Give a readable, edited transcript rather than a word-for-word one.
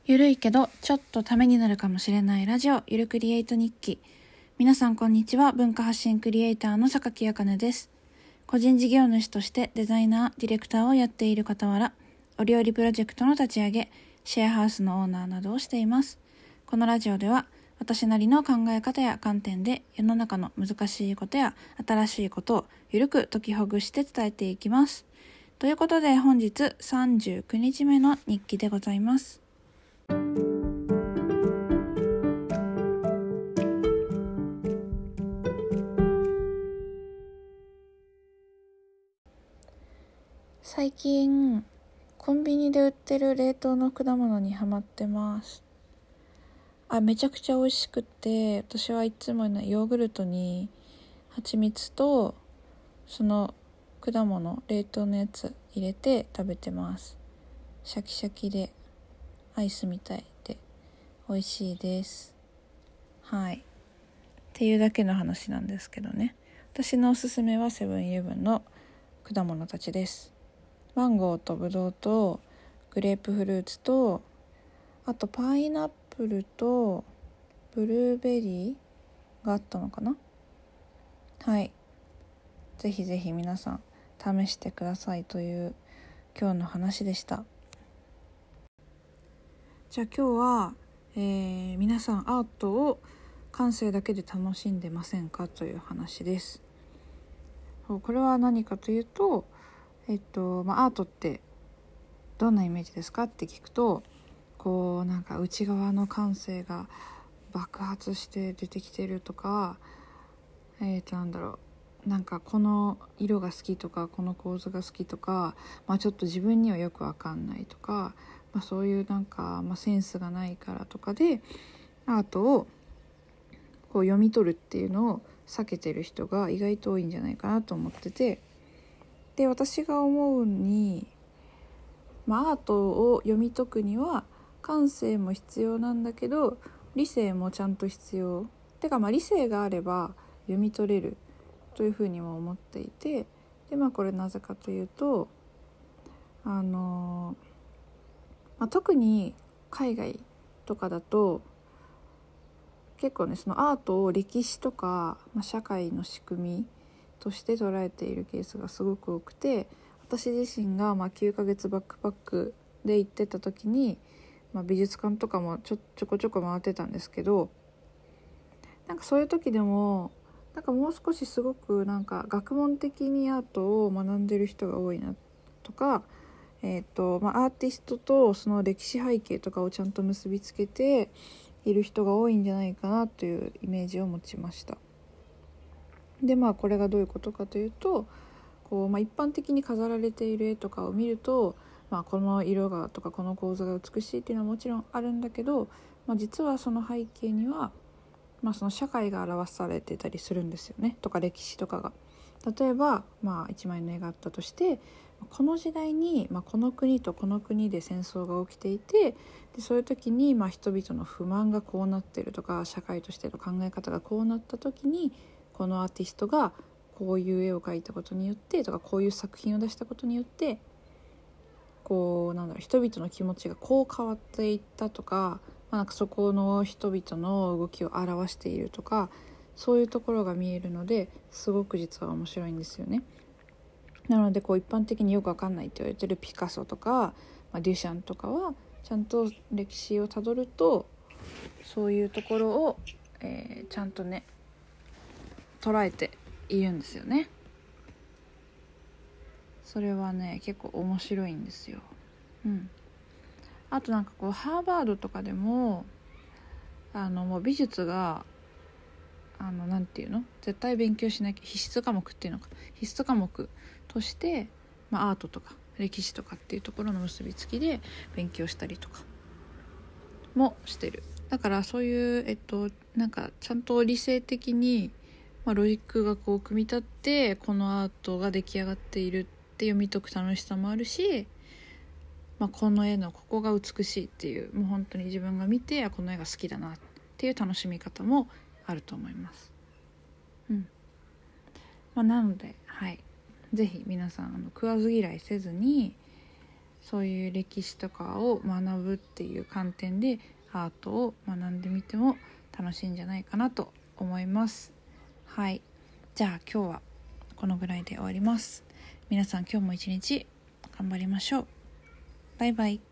ゆるいけどちょっとためになるかもしれないラジオ、ゆるクリエイト日記。皆さんこんにちは。文化発信クリエイターの榊あかねです。個人事業主としてデザイナー、ディレクターをやっている傍ら、お料理プロジェクトの立ち上げ、シェアハウスのオーナーなどをしています。このラジオでは私なりの考え方や観点で世の中の難しいことや新しいことをゆるく解きほぐして伝えていきます。ということで本日39日目の日記でございます。最近コンビニで売ってる冷凍の果物にハマってます。めちゃくちゃ美味しくって、私はいつもヨーグルトに蜂蜜とその果物冷凍のやつ入れて食べてます。シャキシャキでアイスみたいで美味しいです。はい、っていうだけの話なんですけどね。私のおすすめはセブンイレブンの果物たちです。マンゴーとブドウとグレープフルーツと、あとパイナップルとブルーベリーがあったのかな。はい、ぜひぜひ皆さん試してくださいという今日の話でした。じゃあ今日は、皆さんアートを感性だけで楽しんでませんかという話です。これは何かというと、アートってどんなイメージですかって聞くと、こうなんか内側の感性が爆発して出てきてるとか、なんかこの色が好きとかこの構図が好きとか、ちょっと自分にはよくわかんないとか、そういうなんか、センスがないからとかでアートをこう読み取るっていうのを避けてる人が意外と多いんじゃないかなと思ってて、で私が思うに、アートを読み解くには感性も必要なんだけど理性もちゃんと必要てか、理性があれば読み取れるというふうにも思っていて、でこれなぜかというと、特に海外とかだと結構ね、そのアートを歴史とか、社会の仕組みとして捉えているケースがすごく多くて、私自身が9ヶ月バックパックで行ってた時に、美術館とかもちょこちょこ回ってたんですけど、なんかそういう時でもなんかもう少しすごくなんか学問的にアートを学んでる人が多いなとか、アーティストとその歴史背景とかをちゃんと結びつけている人が多いんじゃないかなというイメージを持ちました。でこれがどういうことかというと、こう、一般的に飾られている絵とかを見ると、この色がとかこの構図が美しいっていうのはもちろんあるんだけど、実はその背景には、その社会が表されてたりするんですよね、とか歴史とかが。例えば、一枚の絵があったとして、この時代に、この国とこの国で戦争が起きていて、でそういう時に、人々の不満がこうなってるとか、社会としての考え方がこうなった時に、このアーティストがこういう絵を描いたことによってとか、こういう作品を出したことによって、こう人々の気持ちがこう変わっていったとか、なんかそこの人々の動きを表しているとか、そういうところが見えるので、すごく実は面白いんですよね。なのでこう一般的によくわかんないって言われてるピカソとか、デュシャンとかはちゃんと歴史をたどると、そういうところを、ちゃんとね捉えているんですよね。それはね結構面白いんですよ。あとなんかこうハーバードとかでももう美術がなんていうの、絶対勉強しなきゃ必須科目っていうのか、必須科目として、アートとか歴史とかっていうところの結びつきで勉強したりとかもしてる。だからそういうなんかちゃんと理性的に、ロジックがこう組み立ってこのアートが出来上がっているって読み解く楽しさもあるし、この絵のここが美しいっていう、もう本当に自分が見てこの絵が好きだなっていう楽しみ方もあると思います。なのでぜひ皆さん食わず嫌いせずに、 そういう歴史とかを学ぶっていう観点でアートを学んでみても楽しいんじゃないかなと思います。はい、じゃあ今日はこのぐらいで終わります。皆さん今日も一日頑張りましょう。バイバイ。